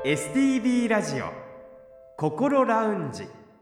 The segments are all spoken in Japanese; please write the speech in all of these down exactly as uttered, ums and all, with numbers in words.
エスティービー ラジオ心ラウンジ。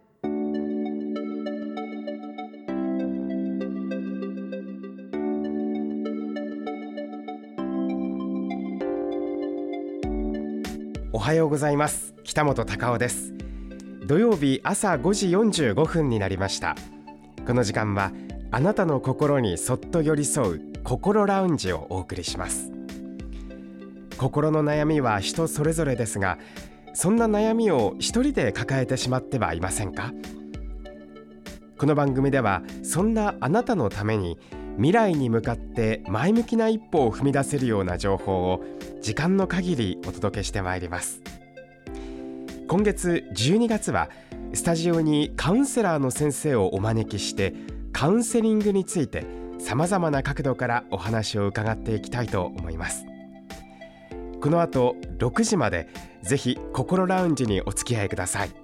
おはようございます。北本孝夫です。土曜日朝ごじよんじゅうごふんになりました。この時間はあなたの心にそっと寄り添う心ラウンジをお送りします。心の悩みは人それぞれですが、そんな悩みを一人で抱えてしまってはいませんか？この番組ではそんなあなたのために未来に向かって前向きな一歩を踏み出せるような情報を時間の限りお届けしてまいります。今月じゅうにがつはスタジオにカウンセラーの先生をお招きして、カウンセリングについてさまざまな角度からお話を伺っていきたいと思います。この後ろくじまでぜひ心ラウンジにお付き合いください。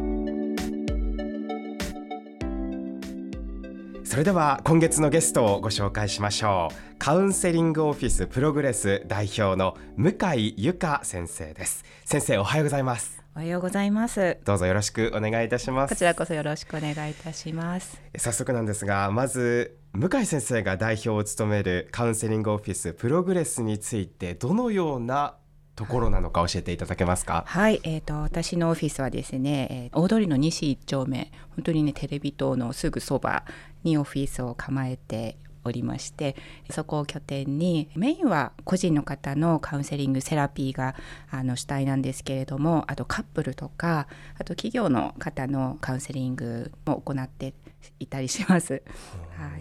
それでは今月のゲストをご紹介しましょう。カウンセリングオフィスプログレス代表の向井由香先生です。先生、おはようございます。 おはようございます。 どうぞよろしくお願いいたします。 こちらこそよろしくお願いいたします。 早速なんですが、まず向井先生が代表を務めるカウンセリングオフィスプログレスについてどのようなところなのか教えていただけますか？ はい、えーと、私のオフィスはですね、大通りの西一丁目、本当にねテレビ塔のすぐそばにオフィスを構えておりまして、そこを拠点にメインは個人の方のカウンセリングセラピーがあの主体なんですけれども、あとカップルとか、あと企業の方のカウンセリングも行っていたりします。はい、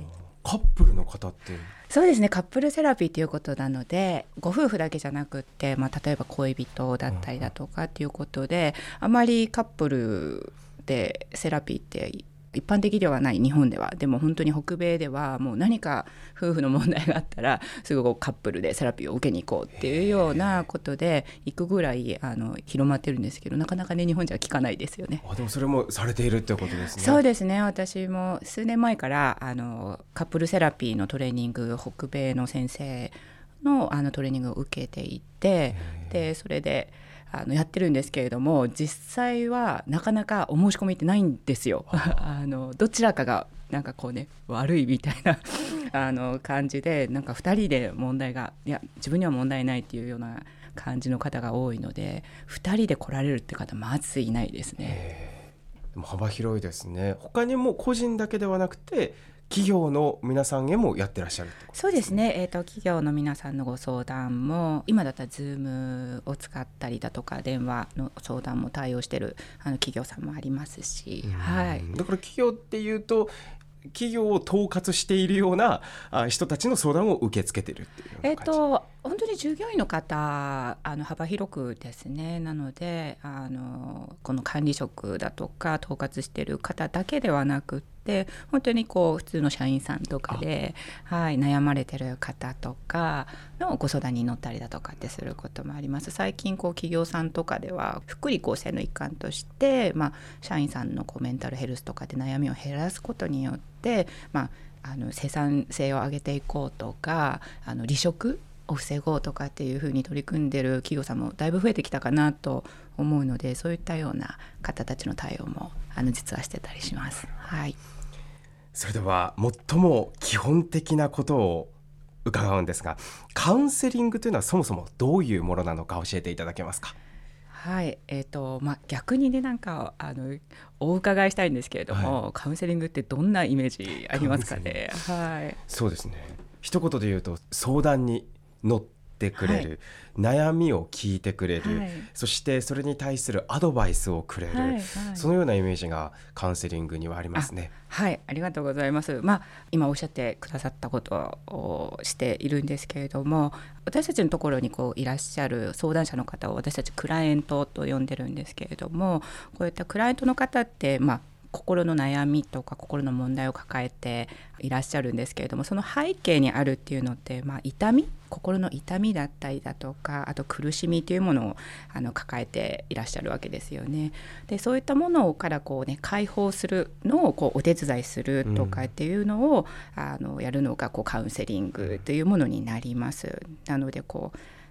カップルの方って？ そうですね、カップルセラピーということなので、ご夫婦だけじゃなくって、まあ、例えば恋人だったりだとかっていうことで、あまりカップルでセラピーって一般的ではない日本では。でも本当に北米ではもう何か夫婦の問題があったらすぐカップルでセラピーを受けに行こうっていうようなことで行くぐらいあの広まってるんですけど、なかなかね日本じゃ聞かないですよね。 あ、でもそれもされているってことですね。 そうですね、私も数年前からあのカップルセラピーのトレーニング、北米の先生 の, あのトレーニングを受けていて、でそれであのやってるんですけれども、実際はなかなかお申し込みってないんですよ。あのどちらかがなんかこうね悪いみたいなあの感じで、なんかふたりで問題が、いや自分には問題ないっていうような感じの方が多いので、ふたりで来られるって方まずいないですね。 でも幅広いですね。他にも個人だけではなくて企業の皆さんへもやってらっしゃるってことですね。 そうですね、えーと、企業の皆さんのご相談も、今だったら Zoom を使ったりだとか電話の相談も対応しているあの企業さんもありますし、はい、 だから企業っていうと企業を統括しているような人たちの相談を受け付けているっていうような感じ。 えーと、本当に従業員の方あの幅広くですね。なのであのこの管理職だとか統括している方だけではなくて、本当にこう普通の社員さんとかで、はい、悩まれてる方とかのご相談に乗ったりだとかってすることもあります。最近こう企業さんとかでは福利厚生の一環として、まあ、社員さんのこうメンタルヘルスとかで悩みを減らすことによって、まあ、あの生産性を上げていこうとか、あの離職を防ごうとかっていうふうに取り組んでる企業さんもだいぶ増えてきたかなと思うので、そういったような方たちの対応もあの実はしてたりします。はい、 それでは最も基本的なことを伺うんですが、カウンセリングというのはそもそもどういうものなのか教えていただけますか？ はい、えーとまあ、逆にね、なんかあのお伺いしたいんですけれども、はい、カウンセリングってどんなイメージありますかね？はい、 そうですね、一言で言うと相談に乗ってくれる、はい、悩みを聞いてくれる、はい、そしてそれに対するアドバイスをくれる、はいはい、そのようなイメージがカウンセリングにはありますね。 あ、はい、ありがとうございます。まあ、今おっしゃってくださったことをしているんですけれども、私たちのところにこういらっしゃる相談者の方を私たちクライアントと呼んでるんですけれども、こういったクライアントの方って、まあ心の悩みとか心の問題を抱えていらっしゃるんですけれども、その背景にあるっていうのって、まあ、痛み、心の痛みだったりだとか、あと苦しみというものをあの抱えていらっしゃるわけですよね。でそういったものからこう、ね、解放するのをこうお手伝いするとかっていうのを、うん、あのやるのがこうカウンセリングというものになります。なのでこう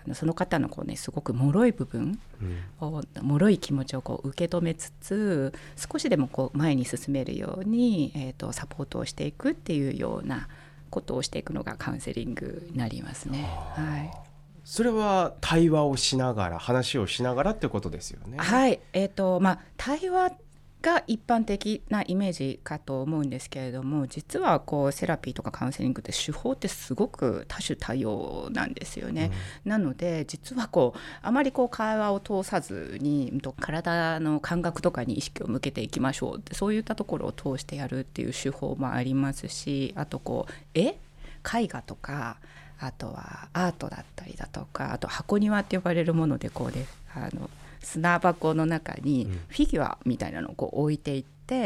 のその方のこう、ね、すごく脆い部分を、うん、脆い気持ちをこう受け止めつつ少しでもこう前に進めるように、えーと、サポートをしていくっていうようなことをしていくのがカウンセリングになりますね。はい、 それは対話をしながら話をしながらってことですよね。 はい、えーとまあ、対話が一般的なイメージかと思うんですけれども、実はこうセラピーとかカウンセリングって手法ってすごく多種多様なんですよね、うん、なので実はこうあまりこう会話を通さずに体の感覚とかに意識を向けていきましょうって、そういったところを通してやるっていう手法もありますし、あとこう絵絵画とかあとはアートだったりだとか、あと箱庭って呼ばれるものでこうであの砂箱の中にフィギュアみたいなのをこう置いていって、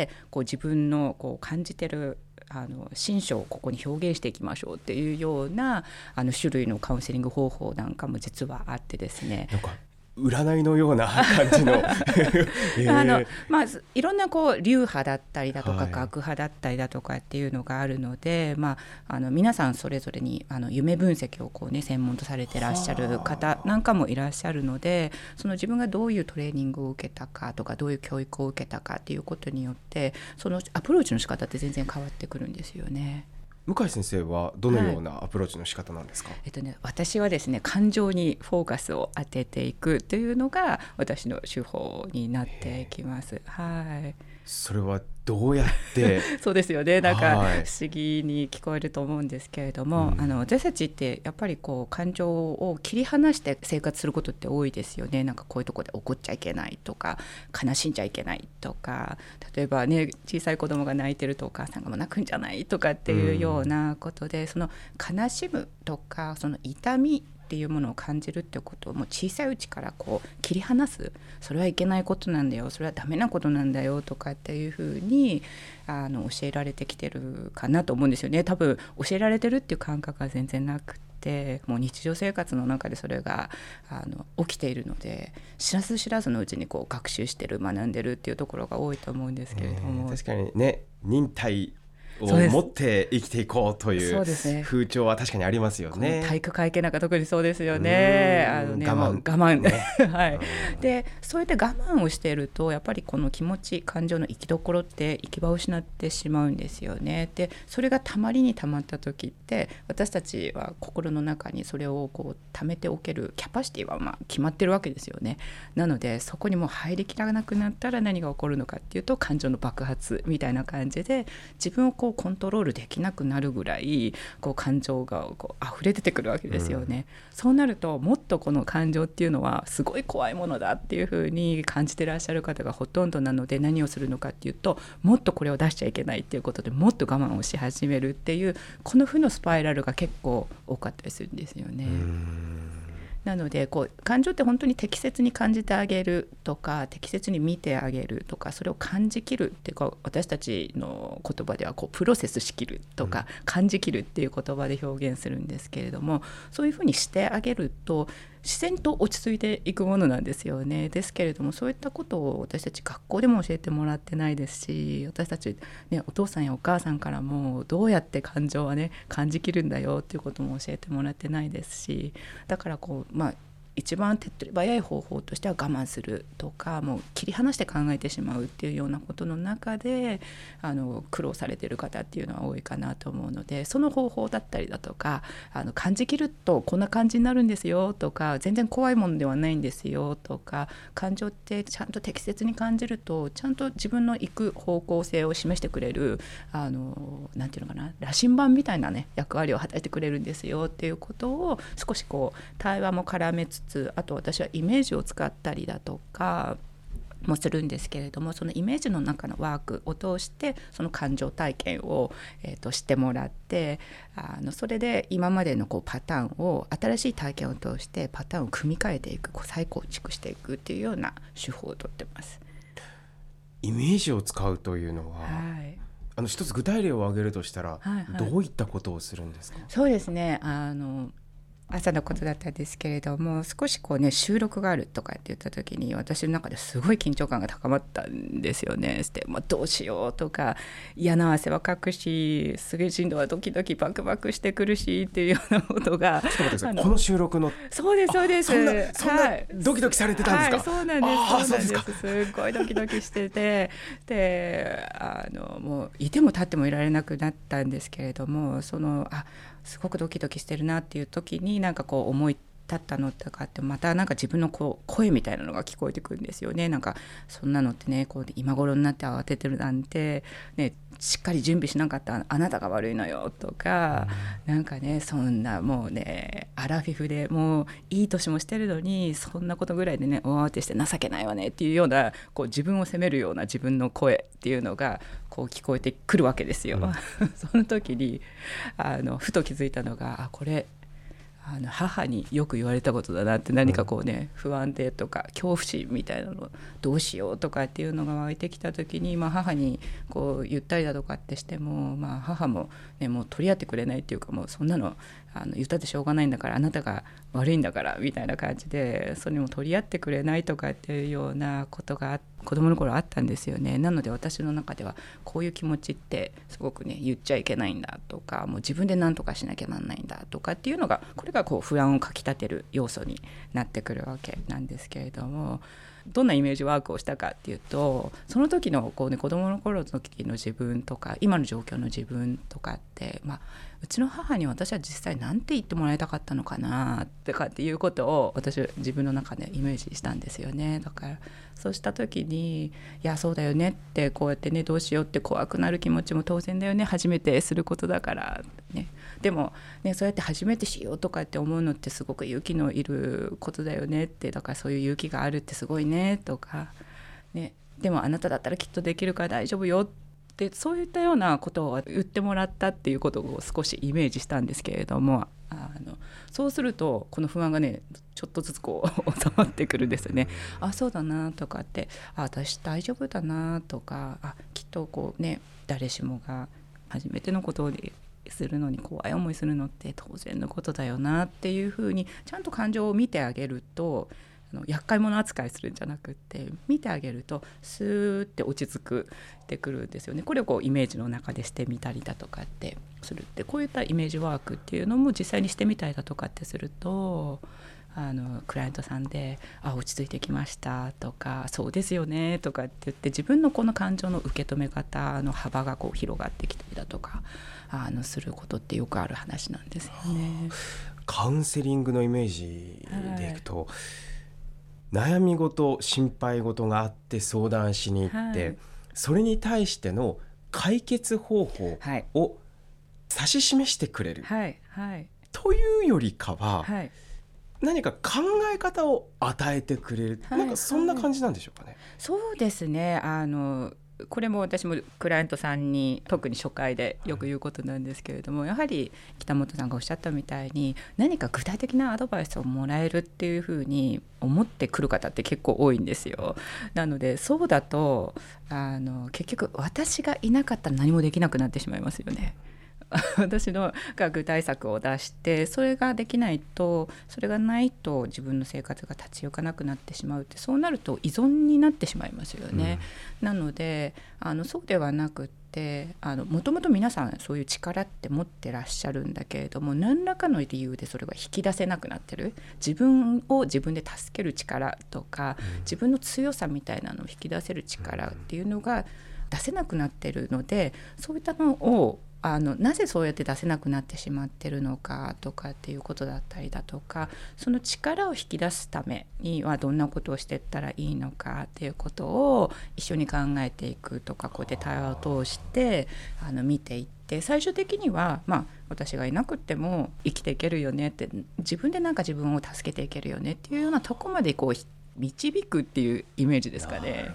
こう自分のこう感じてるあの心象をここに表現していきましょうっていうようなあの種類のカウンセリング方法なんかも実はあってですね、 なんか占いのような感じの、えー、 あのまずいろんなこう流派だったりだとか、はい、学派だったりだとかっていうのがあるので、まあ、あの皆さんそれぞれにあの夢分析をこう、ね、専門とされてらっしゃる方なんかもいらっしゃるので、その自分がどういうトレーニングを受けたかとかどういう教育を受けたかっていうことによってそのアプローチの仕方って全然変わってくるんですよね。 向井先生はどのようなアプローチの仕方なんですか？はい、 えっとね、私はですね感情にフォーカスを当てていくというのが私の手法になっていきます。はい、 それはどうやってそうですよね、なんか不思議に聞こえると思うんですけれども、はい、あの私たちってやっぱりこう感情を切り離して生活することって多いですよね。なんかこういうところで怒っちゃいけないとか悲しんじゃいけないとか、例えばね小さい子供が泣いてるとお母さんがもう泣くんじゃないとかっていうようなことで、うん、その悲しむとかその痛みっていうものを感じるってことをもう小さいうちからこう切り離す、それはいけないことなんだよ、それはダメなことなんだよとかっていうふうにあの教えられてきてるかなと思うんですよね。多分教えられてるっていう感覚は全然なくて、もう日常生活の中でそれがあの起きているので、知らず知らずのうちにこう学習してる学んでるっていうところが多いと思うんですけれども、 確かにね、忍耐を持って生きていこうという風潮は確かにありますよね。 体育会系なんか特にそうですよね。あのね、我慢、我慢ねはい、でそうやって我慢をしているとやっぱりこの気持ち感情の生きどころって行き場を失ってしまうんですよね。でそれがたまりにたまった時って私たちは心の中にそれをこう溜めておけるキャパシティはまあ決まってるわけですよね。なのでそこにもう入りきらなくなったら何が起こるのかっていうと感情の爆発みたいな感じで自分をこうコントロールできなくなるぐらいこう感情がこう溢れ出てくるわけですよね、うん、そうなるともっとこの感情っていうのはすごい怖いものだっていう風に感じてらっしゃる方がほとんどなので、何をするのかっていうともっとこれを出しちゃいけないっていうことでもっと我慢をし始めるっていうこの負のスパイラルが結構多かったりするんですよね。うん、なのでこう感情って本当に適切に感じてあげるとか適切に見てあげるとかそれを感じきるっていうか、私たちの言葉ではこうプロセスしきるとか、うん、感じきるっていう言葉で表現するんですけれども、そういうふうにしてあげると自然と落ち着いていくものなんですよね。ですけれどもそういったことを私たち学校でも教えてもらってないですし、私たち、ね、お父さんやお母さんからもどうやって感情はね感じきるんだよっていうことも教えてもらってないですし、だからこうまあ一番手っ取り早い方法としては我慢するとかもう切り離して考えてしまうっていうようなことの中であの苦労されている方っていうのは多いかなと思うので、その方法だったりだとかあの感じきるとこんな感じになるんですよとか全然怖いものではないんですよとか、感情ってちゃんと適切に感じるとちゃんと自分の行く方向性を示してくれるあのなんていうのかな羅針盤みたいなね役割を果たしてくれるんですよっていうことを少しこう対話も絡めつつ、あと私はイメージを使ったりだとかもするんですけれども、そのイメージの中のワークを通してその感情体験を、えー、としてもらって、あのそれで今までのこうパターンを新しい体験を通してパターンを組み替えていく、こう再構築していくっていうような手法をとってます。 イメージを使うというのは、はい、あの一つ具体例を挙げるとしたら、はいはい、どういったことをするんですか？ そうですね、あの朝のことだったんですけれども、少しこうね収録があるとかって言った時に私の中ですごい緊張感が高まったんですよね。して、まあ、どうしようとか、嫌な汗はかくし、すげえ心臓はドキドキバクバクしてくるしっていうようなことが。 ちょっと待ってください、この収録のそうですそうです、 そんなそんなドキドキされてたんですか？ はい、そうなんですそうなんですすっごいドキドキしててであのもういても立ってもいられなくなったんですけれども、そのあすごくドキドキしてるなっていう時になんかこう思い立ったのとかって、またなんか自分のこう声みたいなのが聞こえてくるんですよね。なんかそんなのってね、こう今頃になって慌ててるなんて、ね、しっかり準備しなかったあなたが悪いのよとか、なんかねそんなもうねアラフィフでもういい年もしてるのにそんなことぐらいでね大慌てして情けないわねっていうような、こう自分を責めるような自分の声っていうのがこう聞こえてくるわけですよ、うん、その時にあのふと気づいたのが、あこれあの母によく言われたことだなって、何かこうね、うん、不安定とか恐怖心みたいなのどうしようとかっていうのが湧いてきた時に、まあ、母にこう言ったりだとかってしても、まあ、母も、ね、もう取り合ってくれないっていうか、もうそんなのあの言ったってしょうがないんだから、あなたが悪いんだからみたいな感じで、それも取り合ってくれないとかっていうようなことが子供の頃あったんですよね。なので私の中ではこういう気持ちってすごくね言っちゃいけないんだとか、もう自分で何とかしなきゃなんないんだとかっていうのが、これがこう不安をかきたてる要素になってくるわけなんですけれども、どんなイメージワークをしたかっていうと、その時のこう、ね、子供の頃の時の自分とか今の状況の自分とかって、まあ、うちの母に私は実際何て言ってもらいたかったのかなとかっていうことを私は自分の中でイメージしたんですよね。だからそうした時に、いやそうだよねって、こうやってねどうしようって怖くなる気持ちも当然だよね、初めてすることだからね。でもね、そうやって初めてしようとかって思うのってすごく勇気のいることだよねって、だからそういう勇気があるってすごいねとかね、でもあなただったらきっとできるから大丈夫よって、そういったようなことを言ってもらったっていうことを少しイメージしたんですけれども、あのそうするとこの不安がねちょっとずつこう収まってくるんですよね。あそうだなとかって、あ私大丈夫だなとか、あきっとこうね誰しもが初めてのことをするのに怖い思いするのって当然のことだよなっていうふうにちゃんと感情を見てあげると、あの厄介者扱いするんじゃなくって見てあげるとスーって落ち着くってくるんですよね。これをこうイメージの中でしてみたりだとかってするって、こういったイメージワークっていうのも実際にしてみたりだとかってすると、あのクライアントさんであ落ち着いてきましたとか、そうですよねとかって言って、自分のこの感情の受け止め方の幅がこう広がってきたりだとかあのすることってよくある話なんですよね。 カウンセリングのイメージでいくと、はい、悩み事心配事があって相談しに行って、はい、それに対しての解決方法を指し示してくれる、はいはい、というよりかは、はい、何か考え方を与えてくれる、はい、なんかそんな感じなんでしょうかね。はい、 そうですね、あのこれも私もクライアントさんに特に初回でよく言うことなんですけれども、やはり北本さんがおっしゃったみたいに何か具体的なアドバイスをもらえるっていうふうに思ってくる方って結構多いんですよ。なのでそうだとあの結局私がいなかったら何もできなくなってしまいますよね。私のが具体策を出して、それができないと、それがないと自分の生活が立ち行かなくなってしまうって、そうなると依存になってしまいますよね。うん、なのであのそうではなくってもともと皆さんそういう力って持ってらっしゃるんだけれども、何らかの理由でそれが引き出せなくなってる、自分を自分で助ける力とか、うん、自分の強さみたいなのを引き出せる力っていうのが出せなくなってるので、そういったのをあのなぜそうやって出せなくなってしまってるのかとかっていうことだったりだとか、その力を引き出すためにはどんなことをしていったらいいのかっていうことを一緒に考えていくとか、こうやって対話を通してあの見ていって、最終的には、まあ、私がいなくても生きていけるよねって、自分でなんか自分を助けていけるよねっていうようなとこまでこう導くっていうイメージですかね。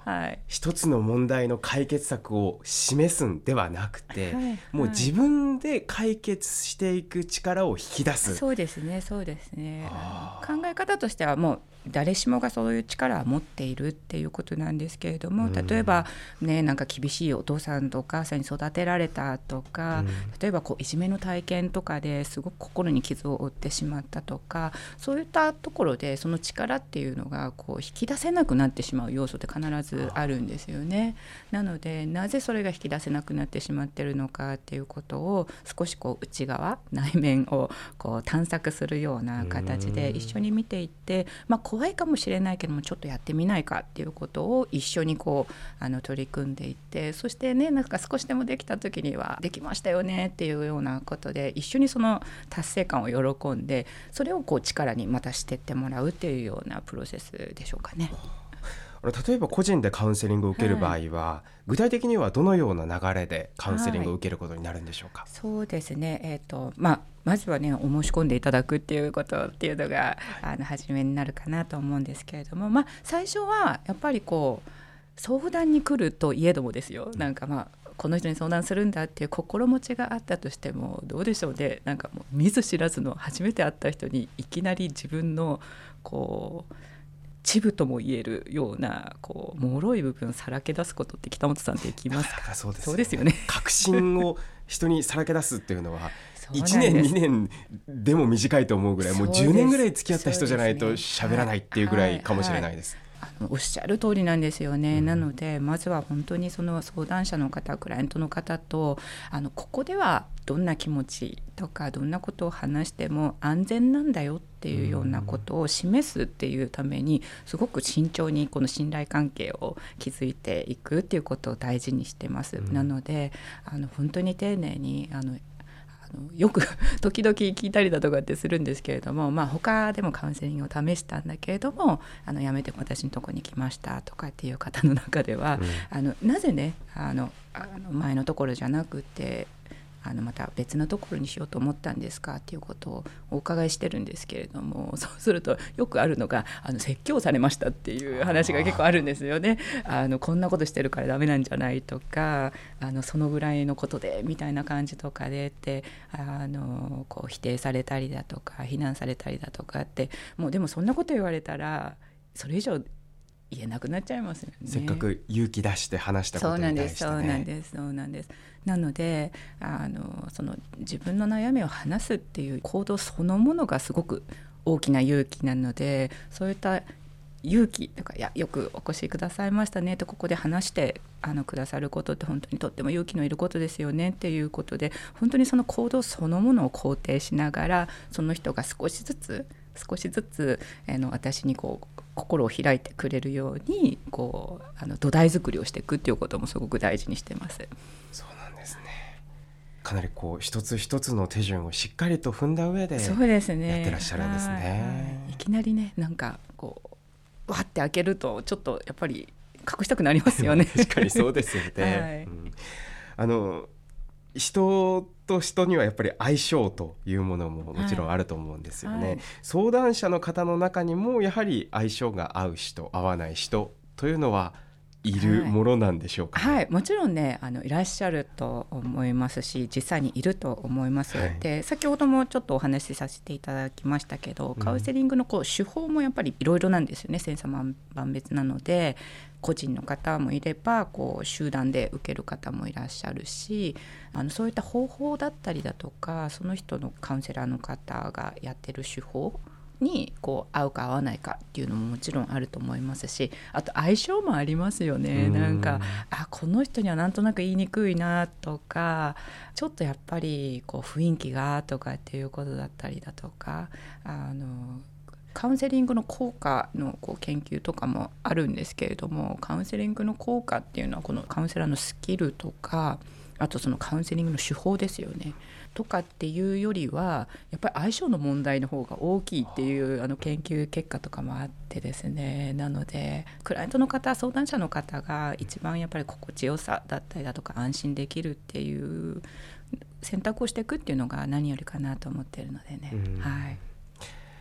はい、 一つの問題の解決策を示すんではなくて、 はい、 もう自分で解決していく力を引き出す。 そうですねそうですね考え方としてはもう誰しもがそういう力を持っているっていうことなんですけれども、例えばねなんか厳しいお父さんとお母さんに育てられたとか、例えばこういじめの体験とかですごく心に傷を負ってしまったとか、そういったところでその力っていうのがこう引き出せなくなってしまう要素って必ずあるんですよね。なのでなぜそれが引き出せなくなってしまってるのかっていうことを少しこう内側内面をこう探索するような形で一緒に見ていって、まあ、怖いかもしれないけどもちょっとやってみないかっていうことを一緒にこうあの取り組んでいって、そしてねなんか少しでもできた時にはできましたよねっていうようなことで一緒にその達成感を喜んでそれをこう力にまたしてってもらうっていうようなプロセスでしょうかね。 例えば個人でカウンセリングを受ける場合は、はい、具体的にはどのような流れでカウンセリングを受けることになるんでしょうか。 はい、そうですね、えーとまあ、まずはねお申し込んでいただくっていうことっていうのが、はい、あの初めになるかなと思うんですけれども、まあ、最初はやっぱりこう相談に来るといえどもですよ、なんかまあこの人に相談するんだっていう心持ちがあったとしてもどうでしょうね、なんかもう見ず知らずの初めて会った人にいきなり自分のこう恥部とも言えるようなこう脆い部分をさらけ出すことって北本さんできますか。 そうですよね。 そうですよね。 確信を人にさらけ出すっていうのはいちねんにねんでも短いと思うぐらい、もうじゅうねんぐらい付き合った人じゃないと喋らないっていうぐらいかもしれないです。 あのおっしゃる通りなんですよね、うん、なのでまずは本当にその相談者の方クライアントの方とあのここではどんな気持ちとかどんなことを話しても安全なんだよっていうようなことを示すっていうためにすごく慎重にこの信頼関係を築いていくっていうことを大事にしてます、うん、なのであの本当に丁寧にあのよく時々聞いたりだとかってするんですけれども、まあ、他でもカウンセリングを試したんだけれどもあのやめて私のとこに来ましたとかっていう方の中では、うん、あのなぜねあのあの前のところじゃなくてあのまた別のところにしようと思ったんですかっていうことをお伺いしてるんですけれども、そうするとよくあるのがあの説教されましたっていう話が結構あるんですよね。あのこんなことしてるからダメなんじゃないとかあのそのぐらいのことでみたいな感じとかでってあのこう否定されたりだとか非難されたりだとかってもうでもそんなこと言われたらそれ以上言えなくなっちゃいますよね。 せっかく勇気出して話したことに対してね。 そうなんですそうなんですなのであのその自分の悩みを話すっていう行動そのものがすごく大きな勇気なので、そういった勇気とかいやよくお越しくださいましたねとここで話してあのくださることって本当にとっても勇気のいることですよねっていうことで本当にその行動そのものを肯定しながらその人が少しずつ少しずつあの私にこう心を開いてくれるようにこうあの土台作りをしていくっていうこともすごく大事にしてます。 そうなんですね。かなりこう一つ一つの手順をしっかりと踏んだ上でやってらっしゃるんですね。 いきなりねなんかこうわって開けるとちょっとやっぱり隠したくなりますよね確かにそうですよね、はいうん、あの人と人にはやっぱり相性というものももちろんあると思うんですよね、はいはい、相談者の方の中にもやはり相性が合う人合わない人というのはいるものなんでしょうか、ねはいはい、もちろんねあのいらっしゃると思いますし実際にいると思います、はい、で先ほどもちょっとお話しさせていただきましたけど、うん、カウンセリングのこう手法もやっぱりいろいろなんですよね。千差万別なので個人の方もいればこう集団で受ける方もいらっしゃるしあのそういった方法だったりだとかその人のカウンセラーの方がやってる手法にこう合うか合わないかっていうのももちろんあると思いますしあと相性もありますよね。なんかあこの人にはなんとなく言いにくいなとかちょっとやっぱりこう雰囲気がとかっていうことだったりだとかあのカウンセリングの効果のこう研究とかもあるんですけれどもカウンセリングの効果っていうのはこのカウンセラーのスキルとかあとそのカウンセリングの手法ですよねとかっていうよりはやっぱり相性の問題の方が大きいっていうあの研究結果とかもあってですねなのでクライアントの方相談者の方が一番やっぱり心地よさだったりだとか安心できるっていう選択をしていくっていうのが何よりかなと思っているのでね、はい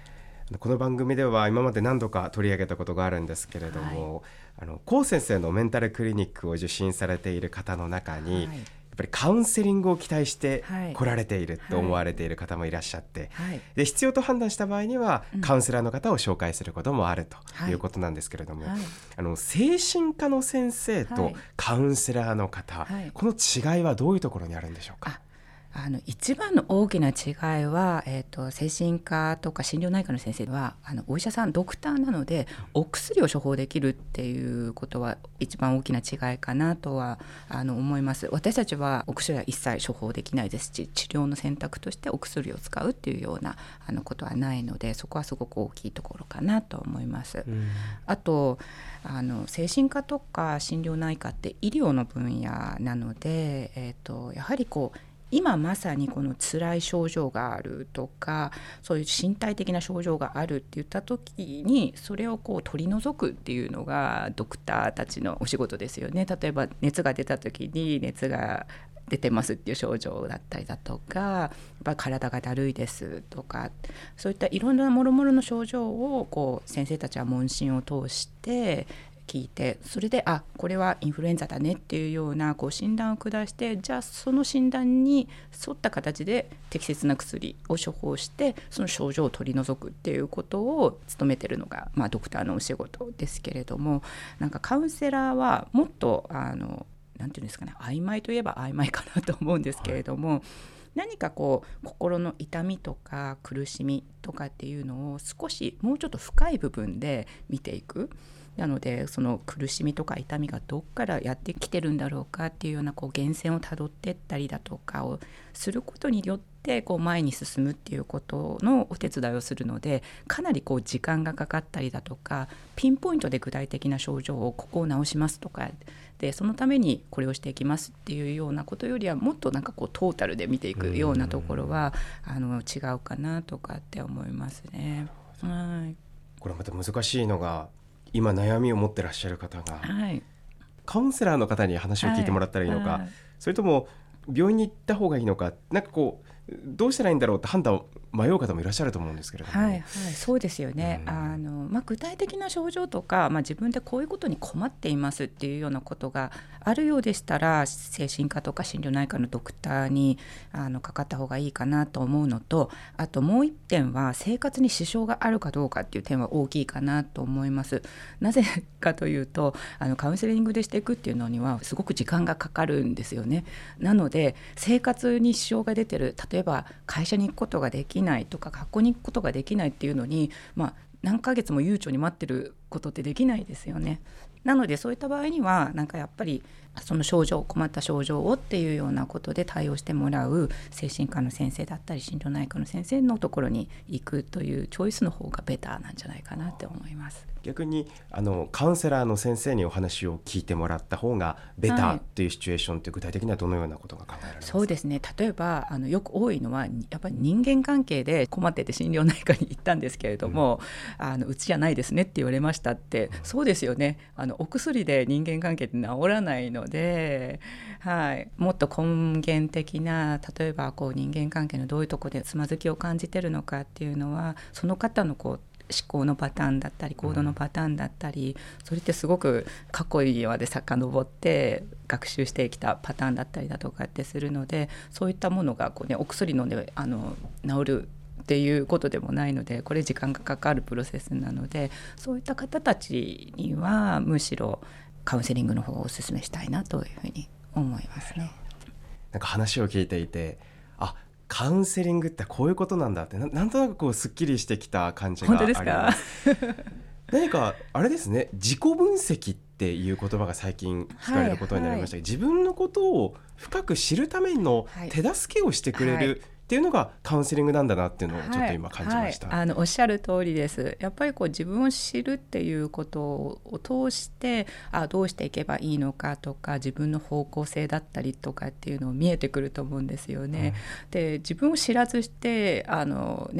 この番組では今まで何度か取り上げたことがあるんですけれども、はい、あの高先生のメンタルクリニックを受診されている方の中に、はい、やっぱりカウンセリングを期待して来られていると思われている方もいらっしゃって、はい、で必要と判断した場合にはカウンセラーの方を紹介することもあるということなんですけれども、はいはい、あの精神科の先生とカウンセラーの方、はい、この違いはどういうところにあるんでしょうか。 あの一番の大きな違いは、えーと、精神科とか心療内科の先生はあのお医者さんドクターなのでお薬を処方できるっていうことは一番大きな違いかなとはあの思います。私たちはお薬は一切処方できないですし、治療の選択としてお薬を使うっていうようなあのことはないので、そこはすごく大きいところかなと思います。うん、あとあの精神科とか心療内科って医療の分野なので、えーと、やはりこう今まさにこの辛い症状があるとか、そういう身体的な症状があるって言った時にそれをこう取り除くっていうのがドクターたちのお仕事ですよね。例えば熱が出た時に熱が出てますっていう症状だったりだとか、やっぱり体がだるいですとか、そういったいろんなもろもろの症状をこう先生たちは問診を通して聞いて、それであこれはインフルエンザだねっていうようなこう診断を下して、じゃあその診断に沿った形で適切な薬を処方してその症状を取り除くっていうことを務めてるのが、まあ、ドクターのお仕事ですけれども、なんかカウンセラーはもっとあのなんていうんですかね、曖昧といえば曖昧かなと思うんですけれども、はい、何かこう心の痛みとか苦しみとかっていうのを少しもうちょっと深い部分で見ていく。なのでその苦しみとか痛みがどっからやってきてるんだろうかっていうようなこう源泉をたどっていったりだとかをすることによってこう前に進むっていうことのお手伝いをするので、かなりこう時間がかかったりだとか、ピンポイントで具体的な症状をここを治しますとかで、そのためにこれをしていきますっていうようなことよりはもっとなんかこうトータルで見ていくようなところはあの違うかなとかって思いますね。はい、 これまた難しいのが、今悩みを持ってらっしゃる方が、はい、カウンセラーの方に話を聞いてもらったらいいのか、はい、それとも病院に行った方がいいのか、なんかこうどうしたらいいんだろうって判断を迷う方もいらっしゃると思うんですけれども、 はいはい、そうですよね。うん、あのまあ、具体的な症状とか、まあ、自分でこういうことに困っていますっていうようなことがあるようでしたら、精神科とか心療内科のドクターにあのかかった方がいいかなと思うのと、あともう一点は生活に支障があるかどうかっていう点は大きいかなと思います。なぜかというと、あのカウンセリングでしていくっていうのにはすごく時間がかかるんですよね。なので生活に支障が出てる、例えば会社に行くことができないとか学校に行くことができないっていうのに、まあ、何ヶ月も悠長に待ってることってできないですよね。なのでそういった場合にはなんかやっぱりその症状、困った症状をっていうようなことで対応してもらう精神科の先生だったり心療内科の先生のところに行くというチョイスの方がベターなんじゃないかなって思います。 逆にあのカウンセラーの先生にお話を聞いてもらった方がベターっていうシチュエーションって具体的にはどのようなことが考えられますか？ そうですね、例えばあのよく多いのはやっぱり人間関係で困ってて心療内科に行ったんですけれども、うん、あのうちじゃないですねって言われましたって、うん、そうですよね。あのお薬で人間関係って治らないので、はい、もっと根源的な、例えばこう人間関係のどういうところでつまずきを感じてるのかっていうのは、その方のこう思考のパターンだったり行動のパターンだったり、それってすごく過去にまで遡って学習してきたパターンだったりだとかってするので、そういったものがこう、ね、お薬飲んであの治るっていうことでもないので、これ時間がかかるプロセスなので、そういった方たちにはむしろカウンセリングの方をお勧めしたいなというふうに思いますね。 なんか話を聞いていて、あ、カウンセリングってこういうことなんだって な, なんとなくこうすっきりしてきた感じがあります。 本当ですか？ 何かあれですね、自己分析っていう言葉が最近聞かれることになりました、はいはい、自分のことを深く知るための手助けをしてくれる、はいはい、っていうのがカウンセリングなんだなっていうのをちょっと今感じました。 はいはい、あのおっしゃる通りです。やっぱりこう自分を知るっていうことを通してあどうしていけばいいのかとか、自分の方向性だったりとかっていうのを見えてくると思うんですよね。うん、で自分を知らずしてあのね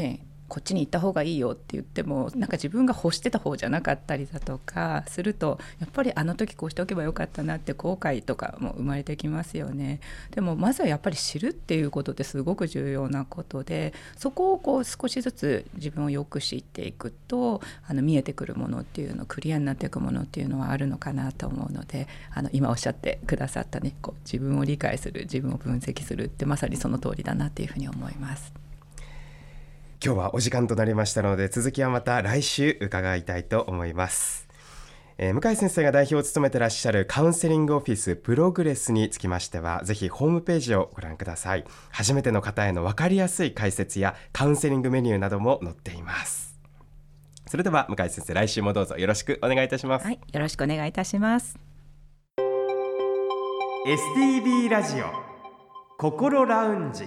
こっちに行った方がいいよって言ってもなんか自分が欲してた方じゃなかったりだとかすると、やっぱりあの時こうしておけばよかったなって後悔とかも生まれてきますよね。でもまずはやっぱり知るっていうことってすごく重要なことで、そこをこう少しずつ自分をよく知っていくと、あの見えてくるものっていうの、クリアになっていくものっていうのはあるのかなと思うので、あの今おっしゃってくださったね、こう自分を理解する、自分を分析するってまさにその通りだなっていうふうに思います。 今日はお時間となりましたので、続きはまた来週伺いたいと思います。えー、向井先生が代表を務めてらっしゃるカウンセリングオフィスプログレスにつきましては、ぜひホームページをご覧ください。初めての方への分かりやすい解説やカウンセリングメニューなども載っています。それでは向井先生、来週もどうぞよろしくお願いいたします。 はい、よろしくお願いいたします。 エスティービー ラジオ心ラウンジ。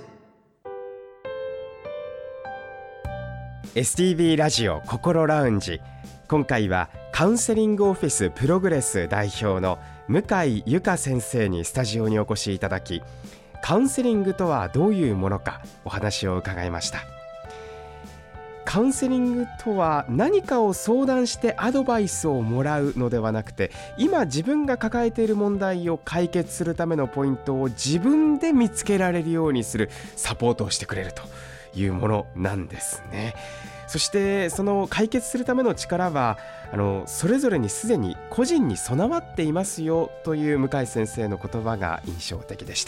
エスティービー ラジオ心ラウンジ、今回はカウンセリングオフィスプログレス代表の向井由香先生にスタジオにお越しいただき、カウンセリングとはどういうものかお話を伺いました。カウンセリングとは何かを相談してアドバイスをもらうのではなくて、今自分が抱えている問題を解決するためのポイントを自分で見つけられるようにするサポートをしてくれるというものなんですね。そしてその解決するための力はあのそれぞれにすでに個人に備わっていますよという向井先生の言葉が印象的でした。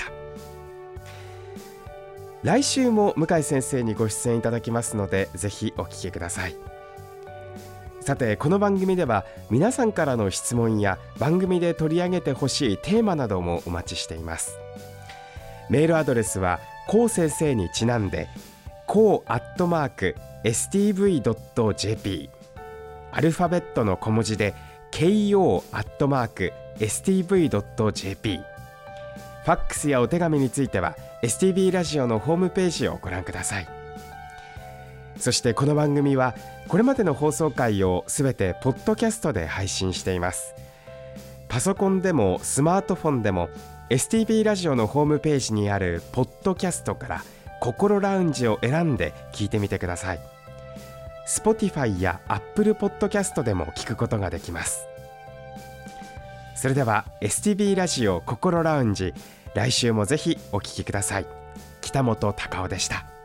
来週も向井先生にご出演いただきますので、ぜひお聞きください。さて、この番組では皆さんからの質問や番組で取り上げてほしいテーマなどもお待ちしています。メールアドレスはこう先生にちなんでこうアットマーク エスティーブイドットジェーピー、 アルファベットの小文字で ケーオー アットマーク エスティーブイドットジェーピー。 ファックスやお手紙については エスティービー ラジオのホームページをご覧ください。そしてこの番組はこれまでの放送回をすべてポッドキャストで配信しています。パソコンでもスマートフォンでも エスティービー ラジオのホームページにあるポッドキャストから心ラウンジを選んで聞いてみてください。 Spotify や Apple Podcast でも聞くことができます。それでは エスティービー ラジオ心ラウンジ、来週もぜひお聞きください。北本隆夫でした。